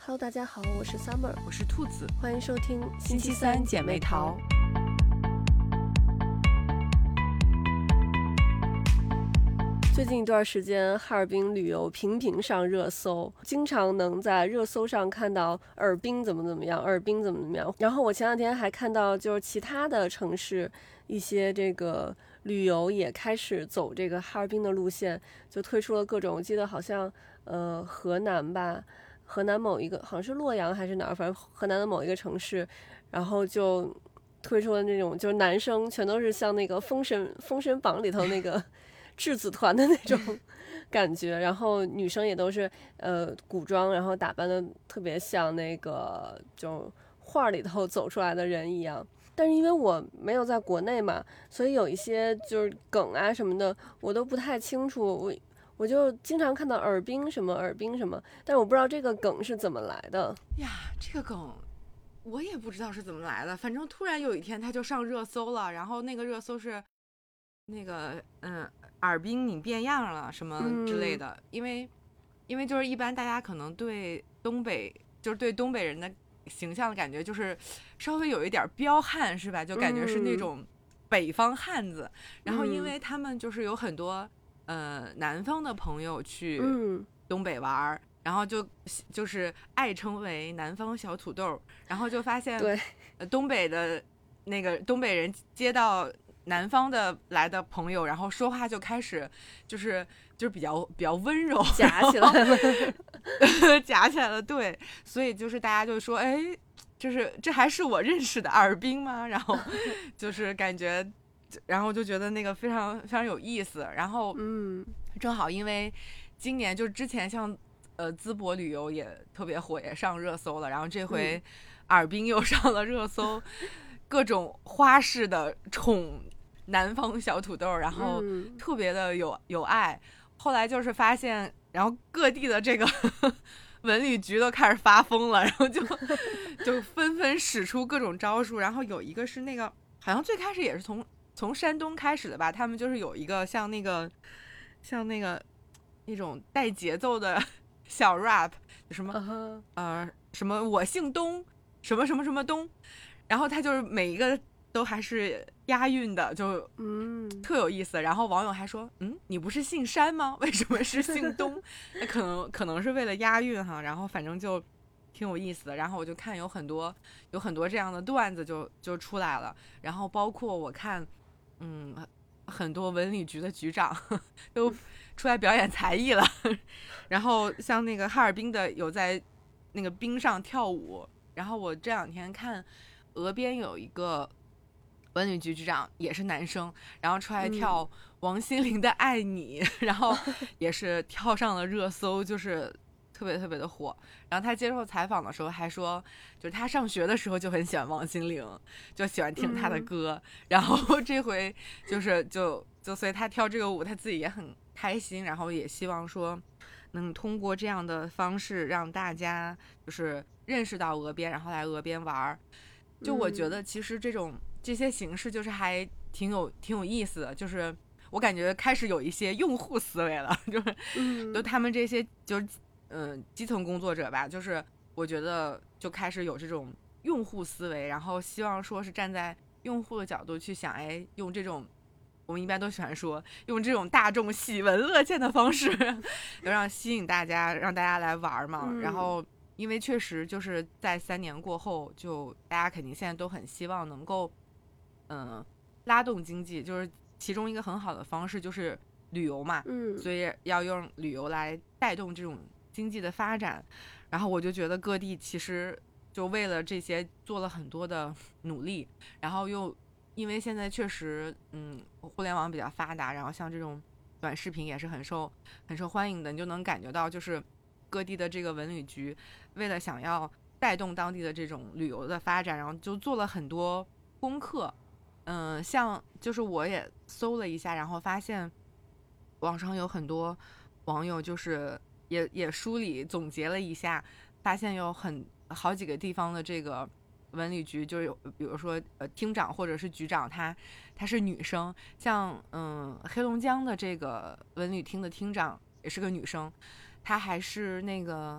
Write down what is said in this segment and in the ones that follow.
Hello， 大家好，我是 Summer， 我是兔子， 欢迎收听星期三姐妹淘。 最近一段时间，哈尔滨旅游频频上热搜，经常能在热搜上看到尔滨怎么样，尔滨怎么样。然后我前两天还看到，就是其他的城市一些这个旅游也开始走这个哈尔滨的路线，就推出了各种，我记得好像河南吧。河南某一个好像是洛阳还是哪儿，反正河南的某一个城市，然后就推出了那种，就是男生全都是像那个封神榜里头那个质子团的那种感觉，然后女生也都是古装，然后打扮的特别像那个就画里头走出来的人一样。但是因为我没有在国内嘛，所以有一些就是梗啊什么的我都不太清楚，我就经常看到尔滨什么，但是我不知道这个梗是怎么来的呀。这个梗我也不知道是怎么来的，反正突然有一天它就上热搜了，然后那个热搜是那个尔滨你变样了什么之类的。因为就是一般大家可能对东北人的形象的感觉就是稍微有一点彪悍，是吧？就感觉是那种北方汉子。然后因为他们就是有很多南方的朋友去东北玩，然后就是爱称为南方小土豆，然后就发现东北的那个东北人接到南方的来的朋友，然后说话就开始就是比较温柔， 夹起来了夹起来了。对，所以就是大家就说，哎，这还是我认识的尔滨吗？然后就是感觉，然后就觉得那个非常非常有意思。然后正好因为今年就之前像淄博旅游也特别火，也上热搜了，然后这回尔滨又上了热搜，各种花式的宠南方小土豆，然后特别的有爱。后来就是发现，然后各地的这个文旅局都开始发疯了，然后就纷纷使出各种招数。然后有一个是那个好像最开始也是从山东开始的吧，他们就是有一个像那个那种带节奏的小 rap， 什么什么我姓东什么什么什么东，然后他就是每一个都还是押韵的，就特有意思。然后网友还说，你不是姓山吗？为什么是姓东？那可能是为了押韵哈。然后反正就挺有意思的。然后我就看有很多这样的段子就出来了。然后包括我看很多文旅局的局长都出来表演才艺了。然后像那个哈尔滨的有在那个冰上跳舞。然后我这两天看俄边有一个文旅局局长也是男生，然后出来跳王心凌的《爱你》，然后也是跳上了热搜，就是特别特别的火。然后他接受采访的时候还说，就是他上学的时候就很喜欢王心凌，就喜欢听他的歌。然后这回就是就所以他跳这个舞他自己也很开心，然后也希望说能通过这样的方式让大家就是认识到俄边，然后来俄边玩。就我觉得其实这些形式就是还挺有意思的，就是我感觉开始有一些用户思维了，就他们这些就是基层工作者吧，就是我觉得就开始有这种用户思维，然后希望说是站在用户的角度去想，哎，用这种我们一般都喜欢说用这种大众喜闻乐见的方式要吸引大家，让大家来玩嘛。然后因为确实就是在3年过后，就大家肯定现在都很希望能够拉动经济，就是其中一个很好的方式就是旅游嘛，所以要用旅游来带动这种经济的发展。然后我就觉得各地其实就为了这些做了很多的努力，然后又因为现在确实互联网比较发达，然后像这种短视频也是很受欢迎的，你就能感觉到就是各地的这个文旅局为了想要带动当地的这种旅游的发展，然后就做了很多功课。像就是我也搜了一下，然后发现网上有很多网友就是也梳理总结了一下，发现有好几个地方的这个文旅局，就是比如说厅长或者是局长，她是女生。像黑龙江的这个文旅厅的厅长也是个女生，她还是那个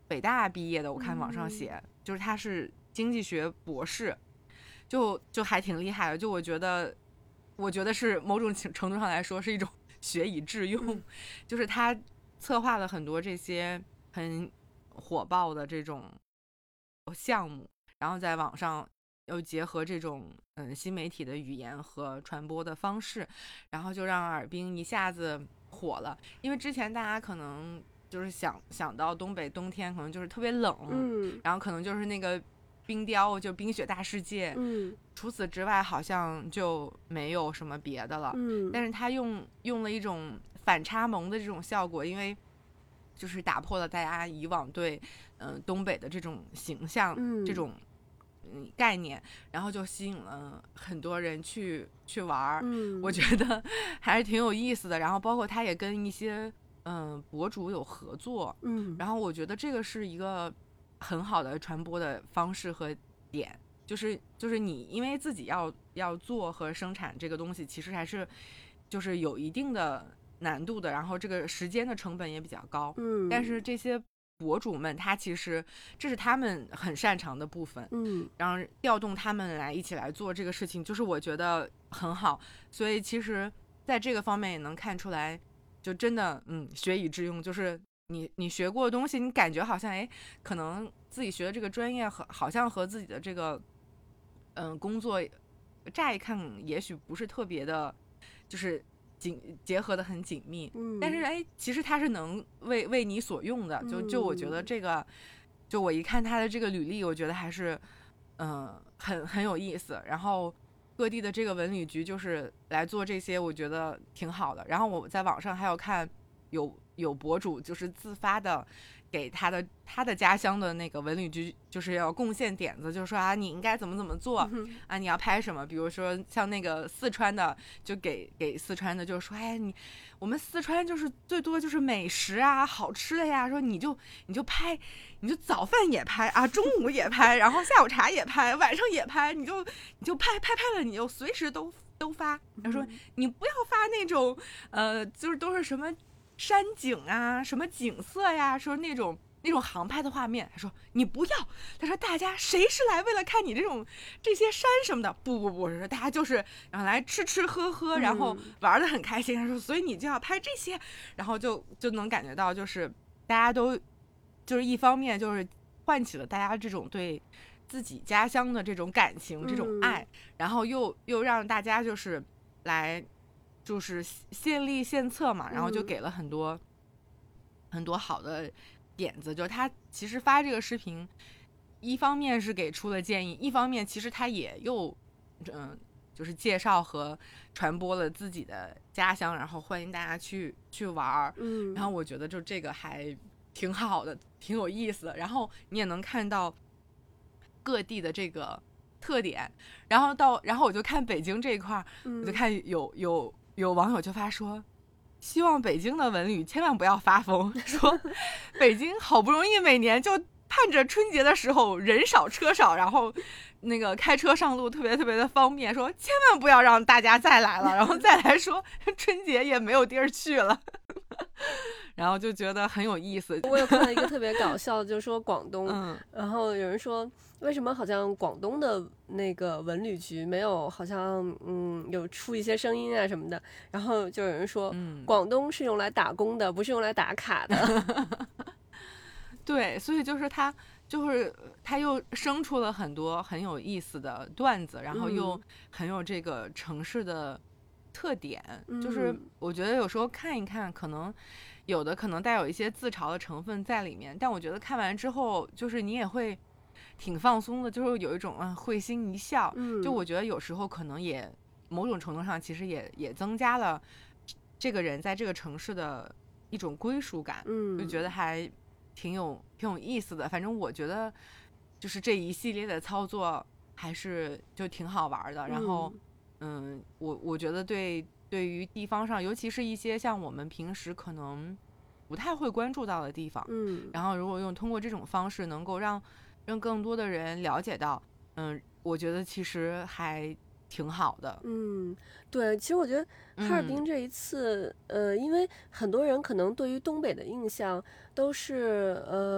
北大毕业的，我看网上写，就是他是经济学博士，就还挺厉害的。就我觉得是某种程度上来说是一种学以致用，就是他策划了很多这些很火爆的这种项目，然后在网上又结合这种新媒体的语言和传播的方式，然后就让尔滨一下子火了。因为之前大家可能就是想到东北冬天可能就是特别冷，然后可能就是那个冰雕，就冰雪大世界，除此之外好像就没有什么别的了。但是他用了一种反差萌的这种效果，因为就是打破了大家以往对东北的这种形象，这种概念，然后就吸引了很多人去玩，我觉得还是挺有意思的。然后包括他也跟一些博主有合作，然后我觉得这个是一个很好的传播的方式和点，就是你因为自己要做和生产这个东西，其实还是就是有一定的难度的，然后这个时间的成本也比较高，但是这些博主们他其实这是他们很擅长的部分，然后调动他们来一起来做这个事情，就是我觉得很好。所以其实在这个方面也能看出来，就真的学以致用，就是你学过的东西，你感觉好像可能自己学的这个专业好像和自己的这个工作乍一看也许不是特别的，就是结合的很紧密，但是其实它是能为你所用的，就我觉得这个，就我一看他的这个履历，我觉得还是很有意思。然后各地的这个文旅局就是来做这些，我觉得挺好的。然后我在网上还有看有博主就是自发的给他的家乡的那个文旅局就是要贡献点子，就是说啊你应该怎么做啊，你要拍什么，比如说像那个四川的就给四川的就是说我们四川就是最多就是美食啊好吃的呀，说你就拍，你就早饭也拍啊，中午也拍，然后下午茶也拍，晚上也拍，你就拍了你就随时都发。然后说你不要发那种就是都是什么山景啊什么景色呀，说那种航拍的画面，他说你不要，他说大家谁是来为了看你这些山什么的，不，说大家就是然后来吃喝，然后玩得很开心，他说所以你就要拍这些，然后就能感觉到就是大家都就是一方面就是唤起了大家这种对自己家乡的这种感情这种爱，然后又让大家就是来就是献力献策嘛，然后就给了很多很多好的点子。就他其实发这个视频一方面是给出了建议，一方面其实他也又就是介绍和传播了自己的家乡，然后欢迎大家去玩，然后我觉得就这个还挺好的，挺有意思的。然后你也能看到各地的这个特点，然后我就看北京这一块，我就看有网友就发说，希望北京的文旅千万不要发疯，说北京好不容易每年就盼着春节的时候人少车少，然后那个开车上路特别特别的方便，说千万不要让大家再来了，然后再来说春节也没有地儿去了。然后就觉得很有意思。 我有看到一个特别搞笑的，就是说广东，然后有人说为什么好像广东的那个文旅局没有好像有出一些声音啊什么的，然后就有人说，广东是用来打工的，不是用来打卡的。 对，所以就是他又生出了很多很有意思的段子，然后又很有这个城市的特点，就是我觉得有时候看一看，可能有的可能带有一些自嘲的成分在里面，但我觉得看完之后，就是你也会挺放松的，就是有一种会心一笑。就我觉得有时候可能也某种程度上，其实也增加了这个人在这个城市的一种归属感。就觉得还挺有意思的。反正我觉得就是这一系列的操作还是就挺好玩的。然后我觉得对于地方上，尤其是一些像我们平时可能不太会关注到的地方，然后如果通过这种方式能够让更多的人了解到，我觉得其实还挺好的。 对，其实我觉得哈尔滨这一次，因为很多人可能对于东北的印象都是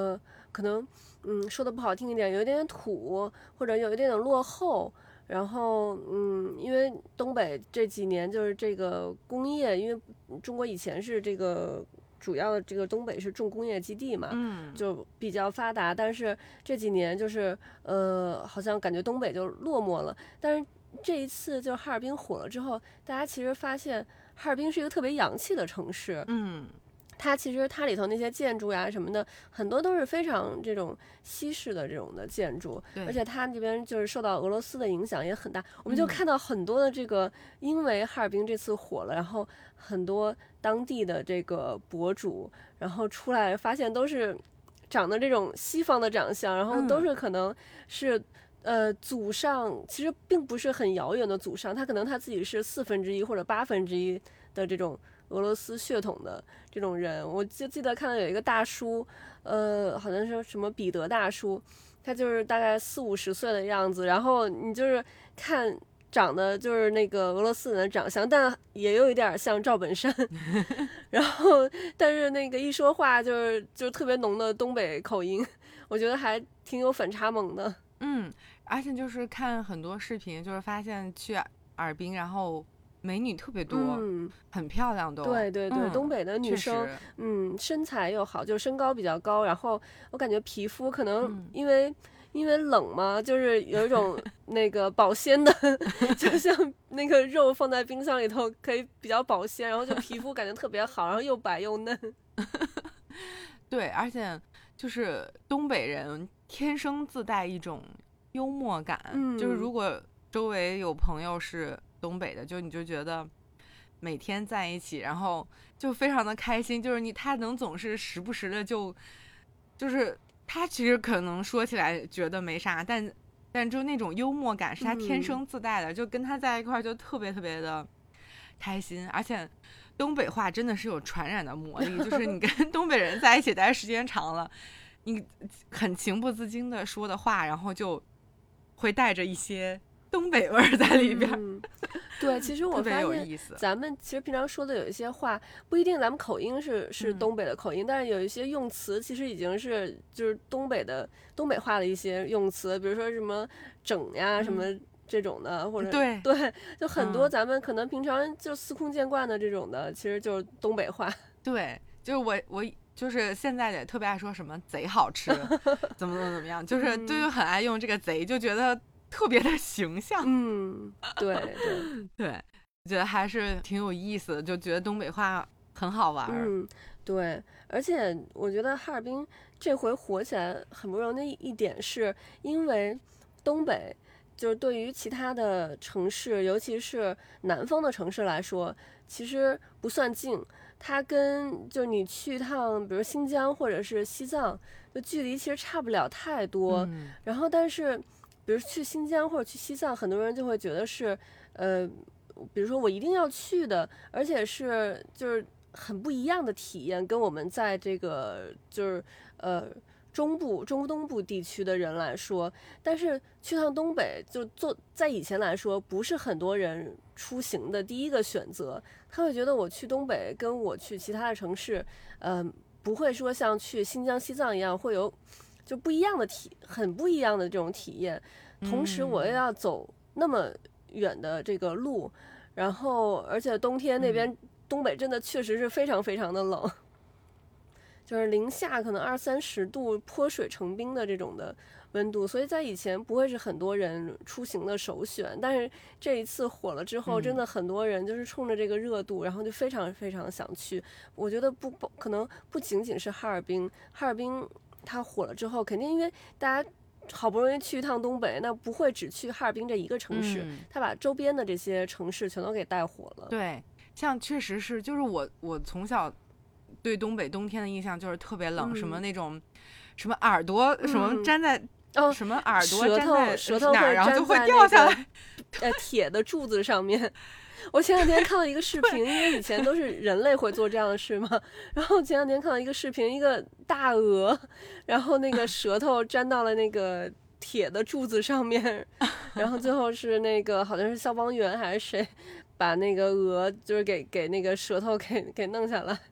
可能说的不好听一点，有一点土，或者有一点点落后。然后因为东北这几年就是这个工业，因为中国以前是这个主要的这个东北是重工业基地嘛，就比较发达。但是这几年就是好像感觉东北就落寞了。但是这一次就哈尔滨火了之后，大家其实发现哈尔滨是一个特别洋气的城市。它其实它里头那些建筑呀什么的，很多都是非常这种西式的这种的建筑，而且它这边就是受到俄罗斯的影响也很大。我们就看到很多的这个，因为哈尔滨这次火了，然后很多当地的这个博主，然后出来发现都是长得这种西方的长相，然后都是可能是祖上其实并不是很遥远的祖上，他可能他自己是1/4或者1/8的这种俄罗斯血统的这种人。我就记得看到有一个大叔，好像是什么彼得大叔，他就是大概40-50岁的样子，然后你就是看长得就是那个俄罗斯人的长相，但也有一点像赵本山然后但是那个一说话就是特别浓的东北口音，我觉得还挺有反差萌的。 而且就是看很多视频，就是发现去哈尔滨，然后美女特别多，很漂亮都。 对，东北的女生，身材又好，就身高比较高，然后我感觉皮肤可能因为冷嘛，就是有一种那个保鲜的，就像那个肉放在冰箱里头可以比较保鲜，然后就皮肤感觉特别好，然后又白又嫩。 对，而且就是东北人天生自带一种幽默感，就是如果周围有朋友是东北的，就你就觉得每天在一起，然后就非常的开心，就是他能总是时不时的就是他其实可能说起来觉得没啥，但就那种幽默感是他天生自带的，就跟他在一块就特别特别的开心。而且东北话真的是有传染的魔力，就是你跟东北人在一起待时间长了，你很情不自禁的说的话，然后就会带着一些东北味儿在里边。 对，其实我发现咱们其实平常说的有一些话不一定咱们口音是东北的口音，但是有一些用词其实已经是就是东北话的一些用词，比如说什么整呀什么这种的，或者对，就很多咱们可能平常就司空见惯的这种的，其实就是东北话。 对，就是我就是现在也特别爱说什么贼好吃怎么样，就是很爱用这个贼，就觉得特别的形象。 对， 我觉得还是挺有意思的，就觉得东北话很好玩。 对，而且我觉得哈尔滨这回火起来很不容易一点，是因为东北就是对于其他的城市，尤其是南方的城市来说，其实不算近。它跟就你去一趟比如新疆或者是西藏，就距离其实差不了太多。然后但是比如去新疆或者去西藏，很多人就会觉得是比如说我一定要去的，而且是就是很不一样的体验，跟我们在这个就是中东部地区的人来说。但是去趟东北就在以前来说不是很多人出行的第一个选择，他会觉得我去东北跟我去其他的城市不会说像去新疆西藏一样会有就不一样的很不一样的这种体验。同时我又要走那么远的这个路，然后而且冬天那边东北真的确实是非常非常的冷，就是零下可能20-30度泼水成冰的这种的温度，所以在以前不会是很多人出行的首选。但是这一次火了之后，真的很多人就是冲着这个热度，然后就非常非常想去。我觉得可能不仅仅是哈尔滨它火了之后，肯定因为大家好不容易去一趟东北，那不会只去哈尔滨这一个城市，它把周边的这些城市全都给带火了。 对，像确实是，就是我从小对东北冬天的印象就是特别冷，什么那种什么耳朵什么粘在什么耳朵舌头哪儿，然后就会掉下来， 铁的柱子上面。我前两天看到一个视频，因为以前都是人类会做这样的事嘛，然后前两天看到一个视频，一个大鹅，然后那个舌头粘到了那个铁的柱子上面，然后最后是那个好像是消防员还是谁把那个鹅就是给那个舌头给弄下来。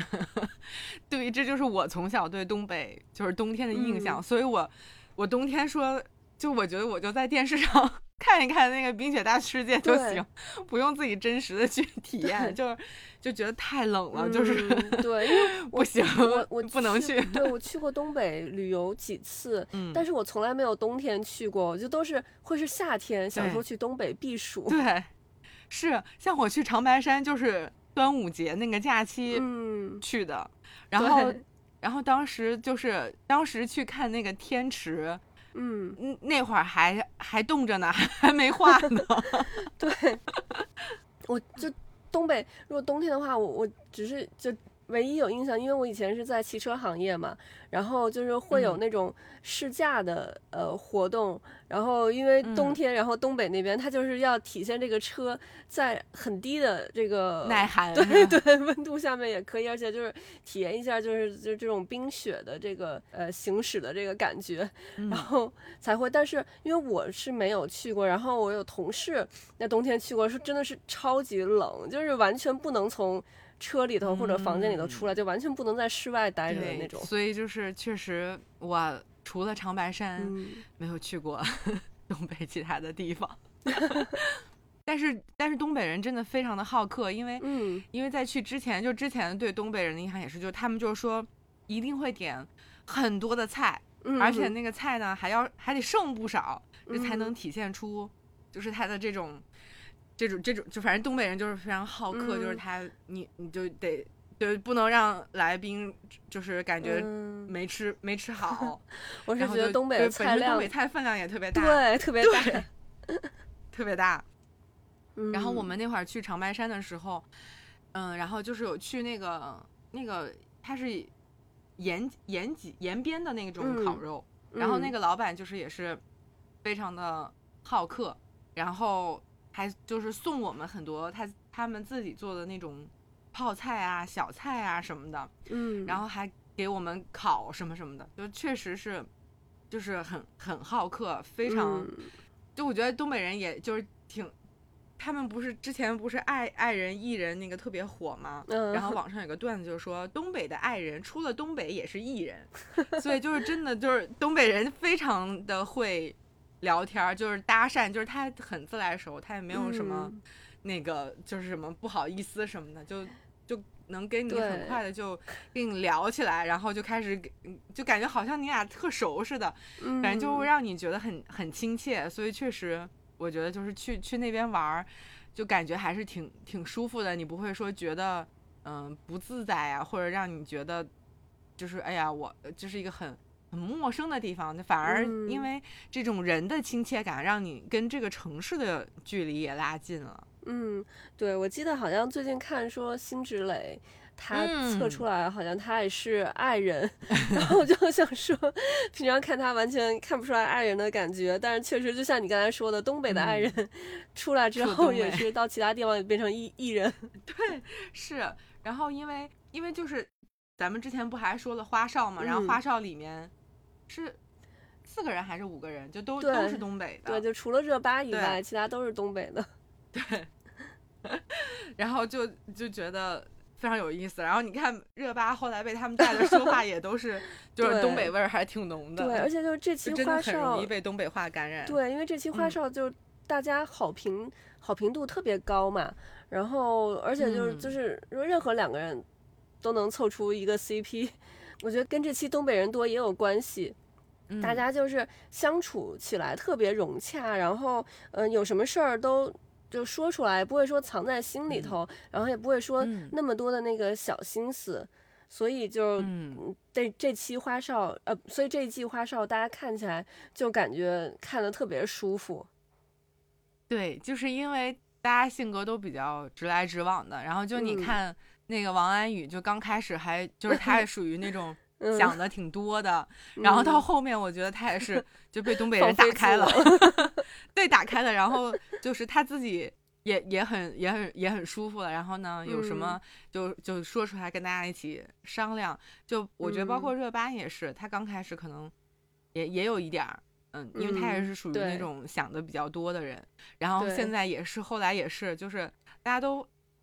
对，这就是我从小对东北就是冬天的印象，所以我冬天说，就我觉得我就在电视上看一看那个冰雪大世界就行，不用自己真实的去体验，就觉得太冷了，就是对，因为不行， 我不能去。 对，我去过东北旅游几次，但是我从来没有冬天去过，我就都是会是夏天想说去东北避暑。 对，是像我去长白山就是端午节那个假期去的，然后当时去看那个天池。那会儿还冻着呢，还没化呢。 对，我就东北，如果冬天的话，我只是就唯一有印象，因为我以前是在汽车行业嘛，然后就是会有那种试驾的活动，然后因为冬天，然后东北那边它就是要体现这个车在很低的这个耐寒， 对温度下面也可以，而且就是体验一下就这种冰雪的这个行驶的这个感觉，然后才会。但是因为我是没有去过，然后我有同事那冬天去过，说真的是超级冷，就是完全不能从车里头或者房间里头出来，就完全不能在室外待着的那种。 所以就是确实我除了长白山没有去过东北其他的地方。但是东北人真的非常的好客，因为在去之前对东北人的印象也是，就他们就说一定会点很多的菜，而且那个菜呢还得剩不少，这才能体现出就是他的这种就反正东北人就是非常好客，就是你就得对不能让来宾就是感觉没吃好。 我是觉得东北的菜量， 东北菜分量也特别大， 对，特别大， 特别大。然后我们那会儿去长白山的时候，然后就是有去那个它是延边的那种烤肉，然后那个老板就是也是非常的好客，然后还就是送我们很多他们自己做的那种泡菜啊、小菜啊什么的，然后还给我们烤什么什么的，就确实是就是很好客，非常就我觉得东北人也就是他们之前不是爱人艺人那个特别火吗？然后网上有个段子就是说东北的爱人出了东北也是艺人，所以就是真的就是东北人非常的会聊天，就是搭讪，就是他很自来熟，他也没有什么那个就是什么不好意思什么的，就能跟你很快的就跟你聊起来，然后就开始就感觉好像你俩特熟似的，反正就会让你觉得很亲切，所以确实我觉得就是去那边玩就感觉还是挺舒服的，你不会说觉得不自在啊，或者让你觉得就是哎呀我这是一个很陌生的地方，反而因为这种人的亲切感让你跟这个城市的距离也拉近了。 对，我记得好像最近看说辛芷蕾他测出来好像他也是爱人，然后我就想说平常看他完全看不出来爱人的感觉，但是确实就像你刚才说的，东北的爱人出来之后也是到其他地方也变成艺人。 对，是。然后因为就是咱们之前不还说了花少嘛，然后花少里面是4个人还是5个人，就都是东北的。 对，就除了热巴以外，其他都是东北的。 对。然后就觉得非常有意思。然后你看热巴后来被他们带的说话也都是就是东北味儿还挺浓的。 对，而且就是这期花少真的很容易被东北话感染。 对，因为这期花少就大家好评度特别高嘛，然后而且就是任何2个人都能凑出一个 CP， 我觉得跟这期东北人多也有关系。大家就是相处起来特别融洽，然后有什么事儿都就说出来，不会说藏在心里头，然后也不会说那么多的那个小心思，所以就这期花少所以这一季花少大家看起来就感觉看得特别舒服。 对，就是因为大家性格都比较直来直往的，然后就你看那个王安宇，就刚开始还就是他也属于那种想的挺多的，然后到后面我觉得他也是就被东北人打开了。对，打开了，然后就是他自己也很舒服了，然后呢有什么就说出来跟大家一起商量。就我觉得包括热巴也是，他刚开始可能也有一点因为他也是属于那种想的比较多的人，然后现在也是后来也是就是大家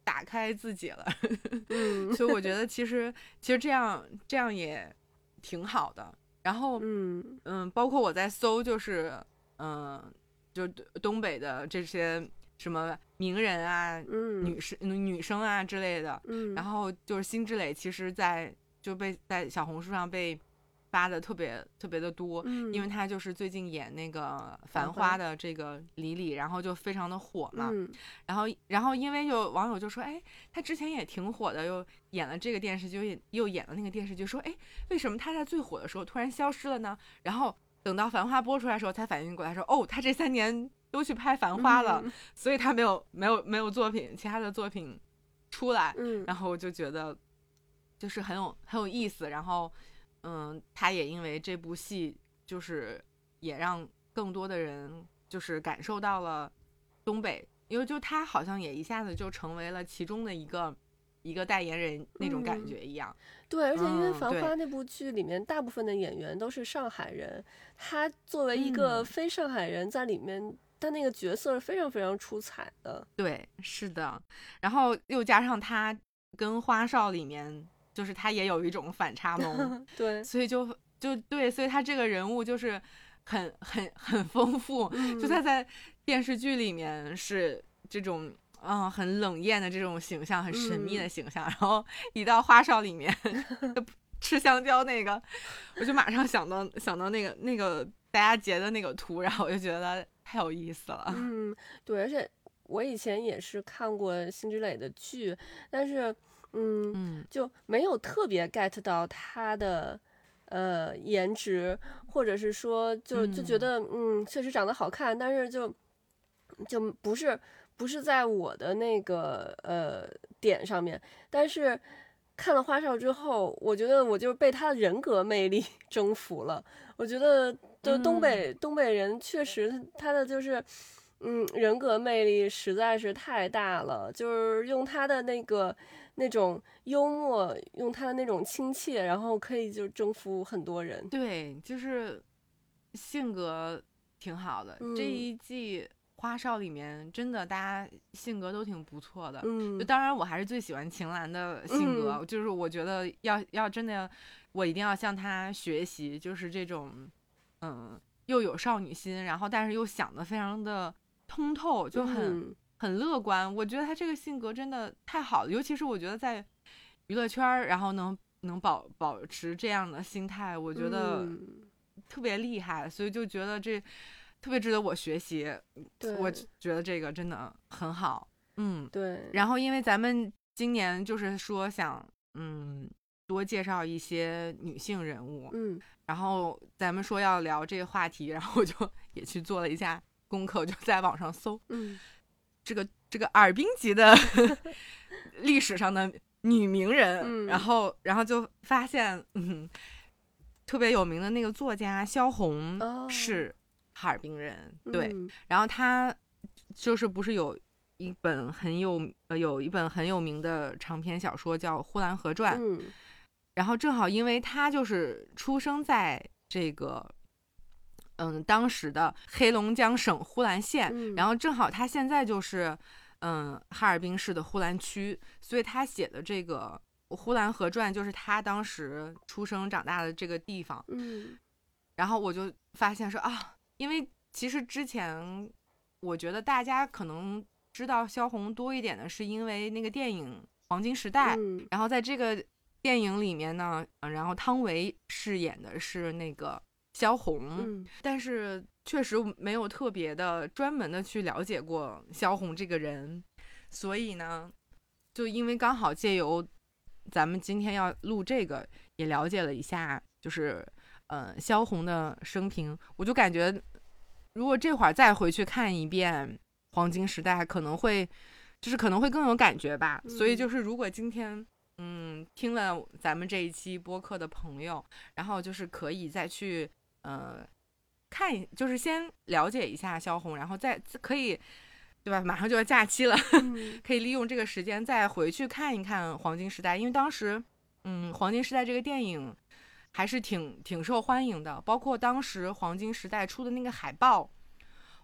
打开自己了。所以我觉得其实这样也挺好的。然后包括我在搜，就是就东北的这些什么名人啊、女生啊之类的，然后就是辛芷蕾其实就在小红书上被发的特别特别的多，因为她就是最近演那个繁花的这个李李，然后就非常的火嘛。然后因为有网友就说，哎，她之前也挺火的，又演了这个电视剧，又演了那个电视剧，说，哎，为什么她在最火的时候突然消失了呢？然后等到繁花播出来的时候才反应过来，说，哦，她这3年都去拍繁花了，所以她没有作品，其他的作品出来。然后我就觉得就是很有意思。然后他也因为这部戏就是也让更多的人就是感受到了东北，因为就他好像也一下子就成为了其中的一个代言人那种感觉一样。 对，而且因为繁花那部剧里面大部分的演员都是上海人，他作为一个非上海人在里面他那个角色是非常非常出彩的。 对，是的。然后又加上他跟花少里面就是他也有一种反差萌对， 所以就对，所以他这个人物就是很丰富。就他在电视剧里面是这种很冷艳的这种形象，很神秘的形象，然后一到花少里面吃香蕉那个，我就马上想到那个大家截的那个图，然后我就觉得太有意思了。 对，而且我以前也是看过辛芷蕾的剧，但是就没有特别 get 到她的颜值，或者是说就觉得确实长得好看，但是就不是在我的那个点上面。但是看了花少之后，我觉得我就被她的人格魅力征服了。我觉得就东北人确实他的就是人格魅力实在是太大了，就是用他的那种幽默，用他的那种亲切，然后可以就征服很多人。 对，就是性格挺好的。这一季花少里面真的大家性格都挺不错的。就当然我还是最喜欢秦岚的性格，就是我觉得要真的我一定要向她学习，就是这种又有少女心，然后但是又想得非常的通透，就很乐观。我觉得她这个性格真的太好了，尤其是我觉得在娱乐圈，然后能保持这样的心态，我觉得特别厉害。所以就觉得这特别值得我学习。我觉得这个真的很好。 对。 然后因为咱们今年就是说想多介绍一些女性人物，然后咱们说要聊这个话题，然后我就也去做了一下功课，就在网上搜这个尔滨级的历史上的女名人，然后就发现特别有名的那个作家萧红是哈尔滨人。对，然后她就是不是有一本很有名的长篇小说叫《呼兰河传》，然后正好因为她就是出生在这个当时的黑龙江省呼兰县，然后正好她现在就是哈尔滨市的呼兰区，所以她写的这个《呼兰河传》就是她当时出生长大的这个地方。然后我就发现说因为其实之前我觉得大家可能知道萧红多一点的是因为那个电影《黄金时代》，然后在这个电影里面呢，然后汤唯饰演的是那个萧红，但是确实没有特别的专门的去了解过萧红这个人，所以呢，就因为刚好借由咱们今天要录这个，也了解了一下，就是萧红的生平，我就感觉如果这会儿再回去看一遍《黄金时代》，可能会更有感觉吧。所以就是如果今天听了咱们这一期播客的朋友，然后就是可以再去看，就是先了解一下萧红，然后再可以对吧？马上就要假期了，可以利用这个时间再回去看一看《黄金时代》，因为当时《黄金时代》这个电影还是挺受欢迎的，包括当时《黄金时代》出的那个海报，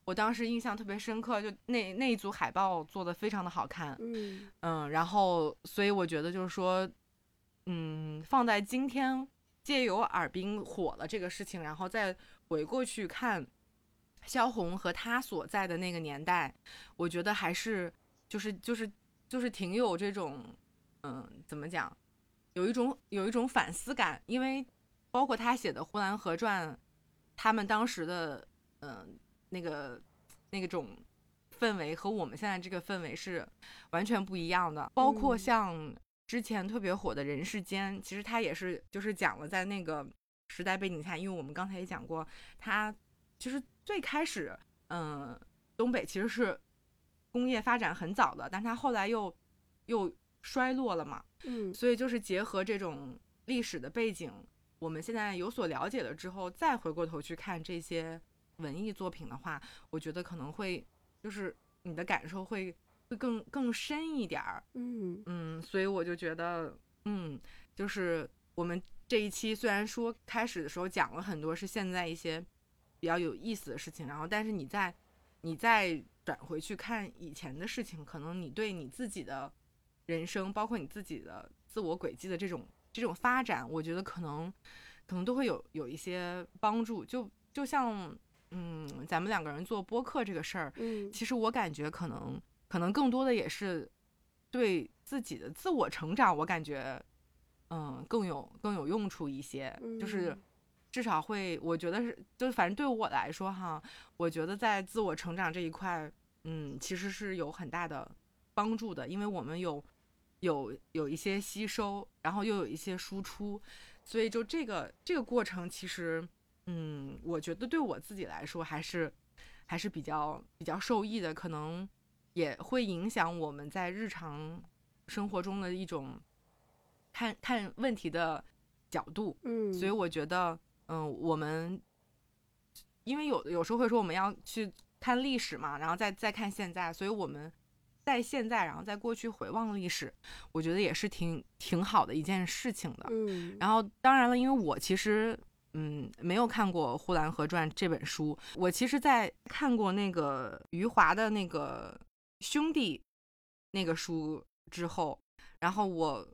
我当时印象特别深刻，就那一组海报做的非常的好看。然后所以我觉得就是说，放在今天借由尔彬火了这个事情，然后再回过去看萧红和他所在的那个年代，我觉得还是就是挺有这种怎么讲，有一种反思感，因为包括他写的《呼兰河传》，他们当时的那个种氛围和我们现在这个氛围是完全不一样的。包括像之前特别火的人世间，其实他也是就是讲了在那个时代背景下，因为我们刚才也讲过，他其实最开始东北其实是工业发展很早的，但他后来又衰落了嘛。所以就是结合这种历史的背景，我们现在有所了解了之后，再回过头去看这些文艺作品的话，我觉得可能会就是你的感受会更深一点儿。所以我就觉得就是我们这一期虽然说开始的时候讲了很多是现在一些比较有意思的事情，然后但是你再转回去看以前的事情，可能你对你自己的人生，包括你自己的自我轨迹的这种发展，我觉得可能都会有一些帮助。就像咱们两个人做播客这个事儿，其实我感觉可能更多的也是对自己的自我成长，我感觉更有用处一些。就是至少会，我觉得是，就反正对我来说哈，我觉得在自我成长这一块，其实是有很大的帮助的，因为我们有一些吸收，然后又有一些输出，所以就这个过程，其实我觉得对我自己来说还是比较受益的，可能也会影响我们在日常生活中的一种看问题的角度。所以我觉得我们因为有时候会说我们要去看历史嘛，然后再看现在，所以我们在现在然后在过去回望历史，我觉得也是挺好的一件事情的。然后当然了，因为我其实没有看过《呼兰河传》这本书，我其实在看过那个余华的那个兄弟那个书之后，然后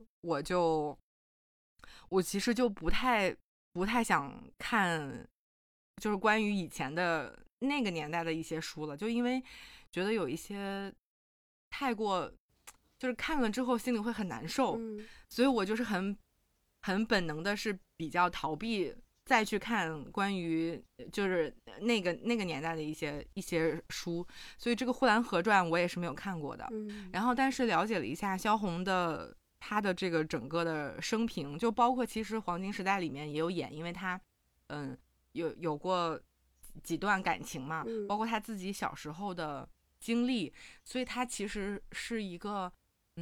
我其实就不太想看就是关于以前的那个年代的一些书了，就因为觉得有一些太过就是看了之后心里会很难受，所以我就是很本能的是比较逃避再去看关于就是那个年代的一些书，所以这个《呼兰河传》我也是没有看过的。然后但是了解了一下萧红的他的这个整个的生平，就包括其实黄金时代里面也有演，因为他有过几段感情嘛，包括他自己小时候的经历，所以他其实是一个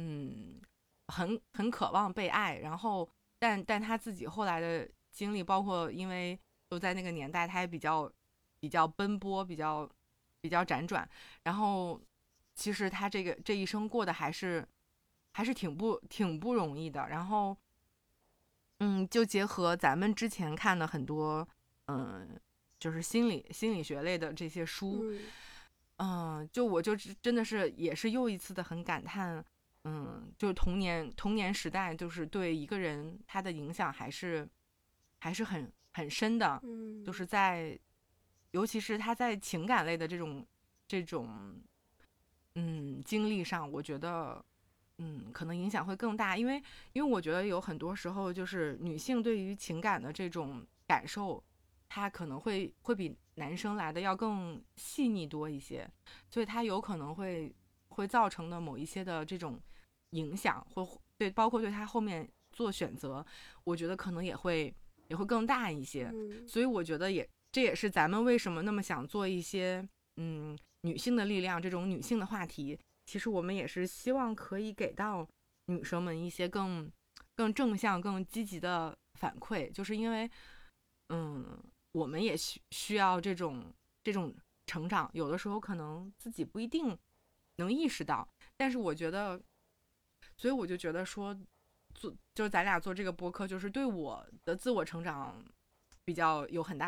很渴望被爱，然后但他自己后来的经历，包括因为都在那个年代，他也比较奔波，比较辗转，然后其实他这一生过得还是挺不容易的。然后就结合咱们之前看的很多就是心理学类的这些书，就我就真的是也是又一次的很感叹，就是童年时代就是对一个人他的影响还是很深的，就是尤其是他在情感类的这种经历上，我觉得可能影响会更大，因为我觉得有很多时候就是女性对于情感的这种感受，她可能会比男生来的要更细腻多一些，所以她有可能会造成的某一些的这种影响，对，包括对她后面做选择，我觉得可能也会更大一些。所以我觉得这也是咱们为什么那么想做一些女性的力量这种女性的话题，其实我们也是希望可以给到女生们一些更正向更积极的反馈，就是因为我们也需要这种成长，有的时候可能自己不一定能意识到，但是我觉得，所以我就觉得说就是咱俩做这个播客，就是对我的自我成长比较有很大的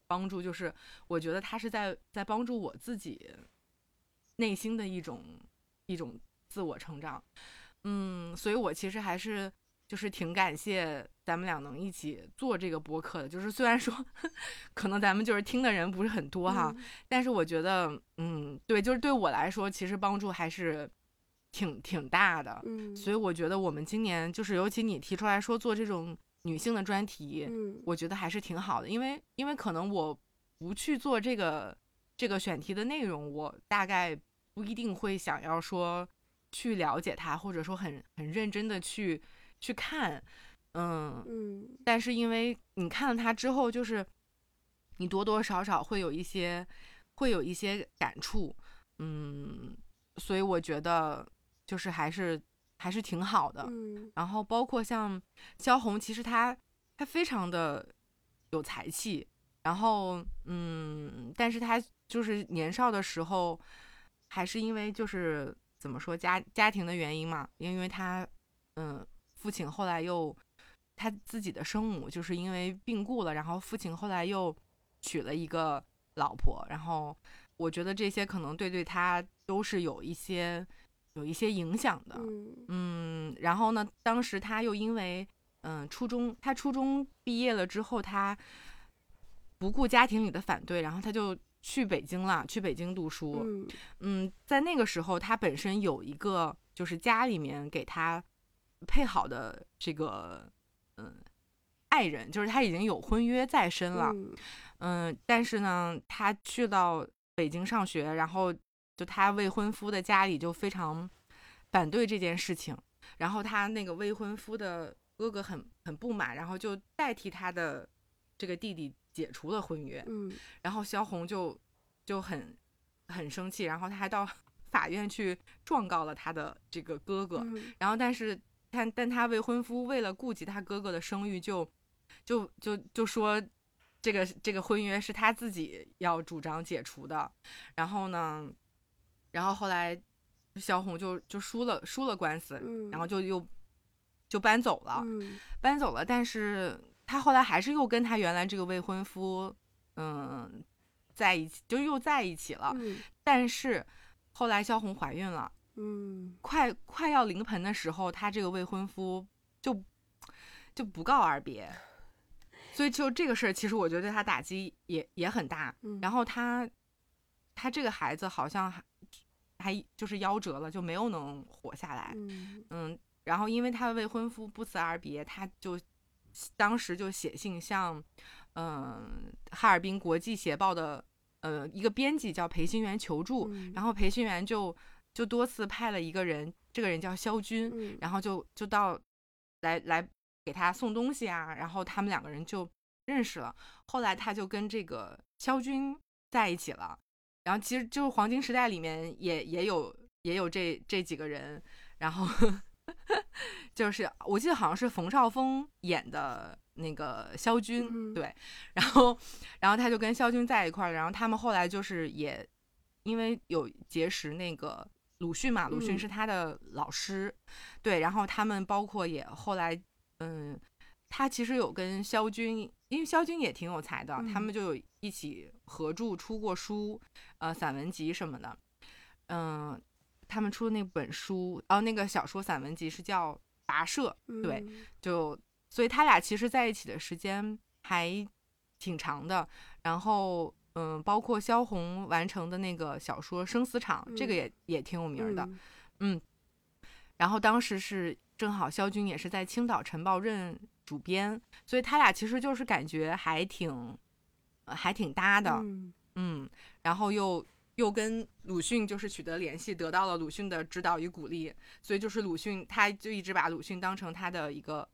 帮助，就是我觉得他是在帮助我自己内心的一种自我成长。所以我其实还是就是挺感谢咱们俩能一起做这个播客的，就是虽然说可能咱们就是听的人不是很多哈，但是我觉得对，就是对我来说其实帮助还是挺大的。所以我觉得我们今年就是尤其你提出来说做这种女性的专题，我觉得还是挺好的，因为可能我不去做这个选题的内容，我大概不一定会想要说去了解它，或者说很认真的去看。但是因为你看了它之后，就是你多多少少会有一些感触。所以我觉得就是还是挺好的。然后包括像萧红，其实她非常的有才气，然后但是她就是年少的时候还是因为就是怎么说家庭的原因嘛，因为她父亲后来又他自己的生母就是因为病故了，然后父亲后来又娶了一个老婆，然后我觉得这些可能对他都是有一些影响的。然后呢，当时他又因为初中毕业了之后，他不顾家庭里的反对，然后他就去北京了，去北京读书。在那个时候他本身有一个就是家里面给他配好的这个爱人，就是他已经有婚约在身了。但是呢他去到北京上学，然后就他未婚夫的家里就非常反对这件事情，然后他那个未婚夫的哥哥很不满，然后就代替他的这个弟弟解除了婚约。然后萧红就很生气，然后他还到法院去状告了他的这个哥哥。然后但他未婚夫为了顾及他哥哥的声誉，就说这个婚约是他自己要主张解除的。然后后来萧红就输了官司，然后就搬走了。但是他后来还是又跟他原来这个未婚夫在一起，就又在一起了。但是后来萧红怀孕了。快要临盆的时候，他这个未婚夫就不告而别。所以就这个事儿，其实我觉得对他打击也很大。然后他这个孩子好像还就是夭折了，就没有能活下来。然后因为他的未婚夫不辞而别，他就当时就写信向哈尔滨国际协报的一个编辑叫裴新元求助。然后裴新元就多次派了一个人，这个人叫萧军。然后就到来给他送东西啊，然后他们两个人就认识了。后来他就跟这个萧军在一起了。然后其实就是黄金时代里面也有这几个人。然后就是我记得好像是冯绍峰演的那个萧军。对，然后他就跟萧军在一块儿，然后他们后来就是也因为有结识那个鲁迅嘛，鲁迅是他的老师。对，然后他们包括也后来他其实有跟萧军，因为萧军也挺有才的，他们就有一起合著出过书，散文集什么的。他们出的那本书那个小说散文集是叫《跋涉》。对，所以他俩其实在一起的时间还挺长的。然后包括萧红完成的那个小说《生死场》，这个也挺有名的。然后当时是正好萧军也是在青岛晨报任主编，所以他俩其实就是感觉还挺搭的。然后又跟鲁迅就是取得联系，得到了鲁迅的指导与鼓励。所以就是鲁迅他就一直把鲁迅当成他的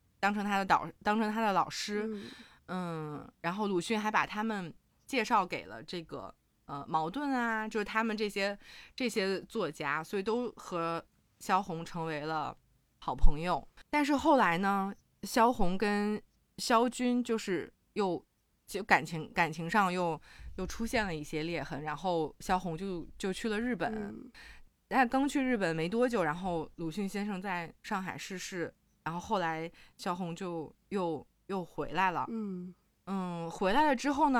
老师。然后鲁迅还把他们介绍给了这个茅盾啊，就是他们这些作家，所以都和萧红成为了好朋友。但是后来呢，萧红跟萧军就是就感情上又出现了一些裂痕，然后萧红就去了日本。但刚去日本没多久，然后鲁迅先生在上海逝世，然后后来萧红就又回来了。回来了之后呢，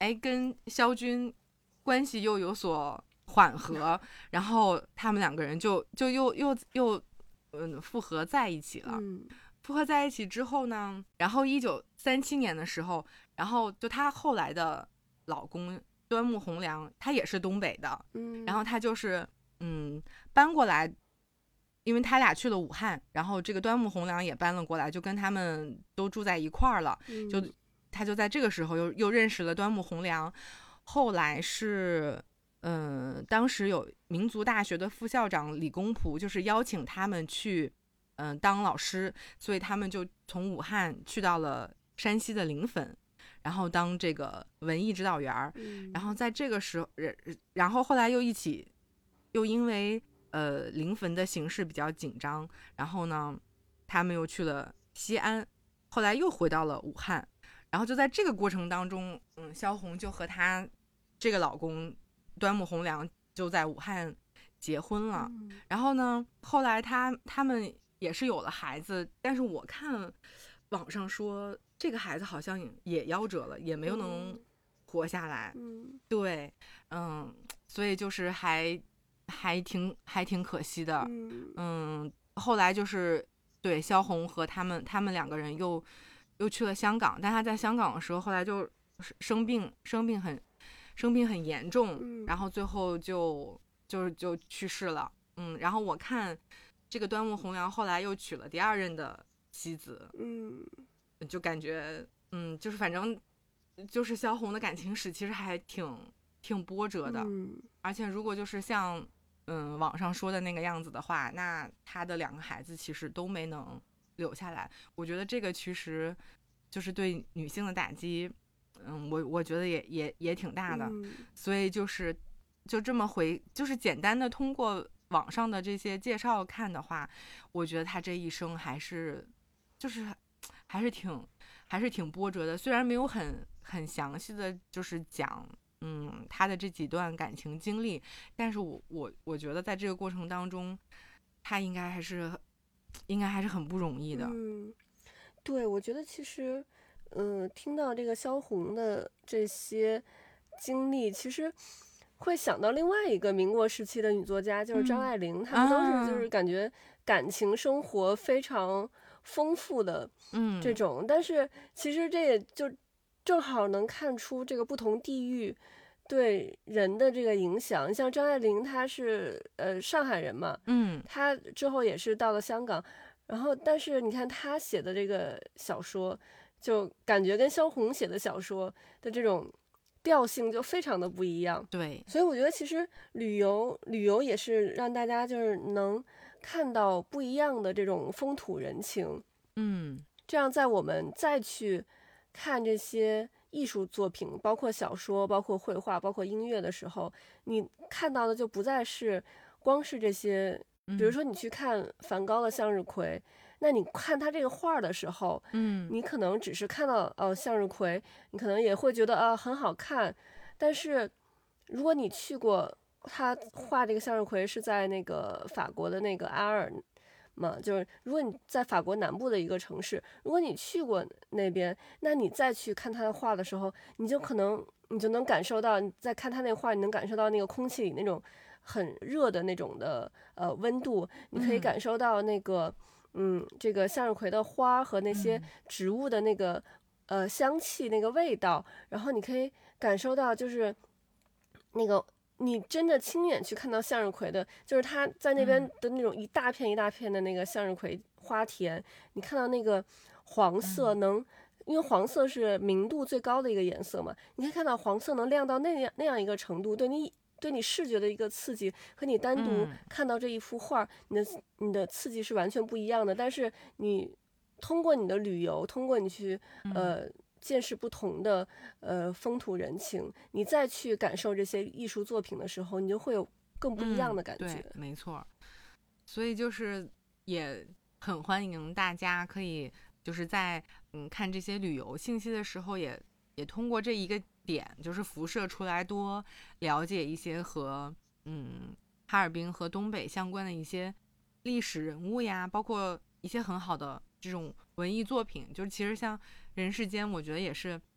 跟萧军关系又有所缓和，然后他们两个人就又复合在一起了。复合在一起之后呢，然后1937年的时候，然后就她后来的老公端木蕻良，他也是东北的，然后他就是搬过来，因为他俩去了武汉，然后这个端木蕻良也搬了过来，就跟他们都住在一块儿了，他就在这个时候又认识了端木蕻良，后来是当时有民族大学的副校长李公朴就是邀请他们去当老师，所以他们就从武汉去到了山西的临汾，然后当这个文艺指导员，然后在这个时候，然后后来又因为临汾的形势比较紧张，然后呢他们又去了西安，后来又回到了武汉，然后就在这个过程当中，萧红就和她这个老公端木蕻良就在武汉结婚了，然后呢后来他们也是有了孩子，但是我看网上说这个孩子好像也夭折了，也没有能活下来。对，所以就是还挺可惜的。后来就是对萧红和他们两个人又去了香港，但他在香港的时候后来就生病很严重，然后最后就去世了。然后我看这个端木蕻良后来又娶了第二任的妻子，就感觉就是反正就是萧红的感情史其实还挺波折的，而且如果就是像网上说的那个样子的话，那他的2个孩子其实都没能留下来，我觉得这个其实就是对女性的打击，我觉得也挺大的，所以就这么就是简单的通过网上的这些介绍看的话，我觉得他这一生还是挺波折的，虽然没有很详细的就是讲他的这几段感情经历，但是我觉得在这个过程当中，他应该还是很不容易的。 对，我觉得其实听到这个萧红的这些经历，其实会想到另外一个民国时期的女作家，就是张爱玲，她们都是就是感觉感情生活非常丰富的这种，但是其实这也就正好能看出这个不同地域对人的这个影响。像张爱玲她是上海人嘛，她之后也是到了香港，然后但是你看她写的这个小说，就感觉跟萧红写的小说的这种调性就非常的不一样。 对， 所以我觉得其实旅游也是让大家就是能看到不一样的这种风土人情。这样在我们再去看这些艺术作品，包括小说，包括绘画，包括音乐的时候，你看到的就不再是光是这些，比如说你去看梵高的向日葵，那你看他这个画的时候，你可能只是看到向日葵，你可能也会觉得很好看，但是如果你去过，他画这个向日葵是在那个法国的那个阿尔嘛，就是如果你在法国南部的一个城市，如果你去过那边，那你再去看他的画的时候，你就能感受到，你在看他那画，你能感受到那个空气里那种很热的那种的温度，你可以感受到那个这个向日葵的花和那些植物的那个香气那个味道，然后你可以感受到就是那个你真的亲眼去看到向日葵的，就是它在那边的那种一大片一大片的那个向日葵花田，你看到那个黄色因为黄色是明度最高的一个颜色嘛，你可以看到黄色能亮到那样一个程度，对你视觉的一个刺激和你单独看到这一幅画，你的刺激是完全不一样的。但是你通过你的旅游，通过你去见识不同的风土人情，你再去感受这些艺术作品的时候，你就会有更不一样的感觉。 对，没错。所以就是也很欢迎大家可以就是在看这些旅游信息的时候也通过这一个点，就是辐射出来多了解一些和哈尔滨和东北相关的一些历史人物呀，包括一些很好的这种文艺作品，就是其实像人世间我觉得也是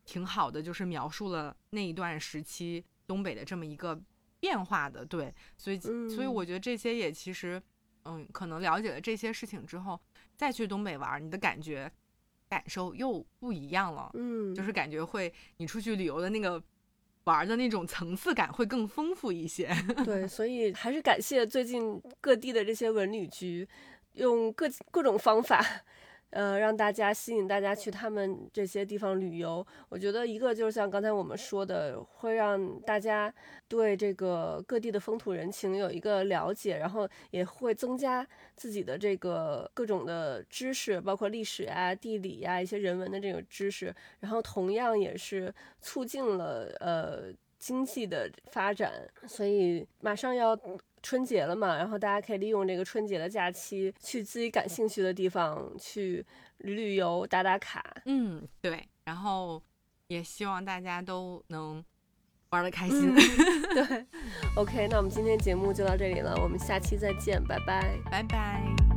挺好的，就是描述了那一段时期东北的这么一个变化的。对，所以我觉得这些也其实可能了解了这些事情之后再去东北玩，你的感受又不一样了。就是感觉会你出去旅游的那个玩的那种层次感会更丰富一些。 对，所以还是感谢最近各地的这些文旅局用各种方法让大家吸引大家去他们这些地方旅游。我觉得一个就是像刚才我们说的，会让大家对这个各地的风土人情有一个了解，然后也会增加自己的这个各种的知识，包括历史啊、地理啊、一些人文的这种知识，然后同样也是促进了经济的发展。所以马上要春节了嘛，然后大家可以利用这个春节的假期去自己感兴趣的地方去旅游打打卡。 对，然后也希望大家都能玩得开心。 对 OK， 那我们今天节目就到这里了，我们下期再见，拜拜拜拜。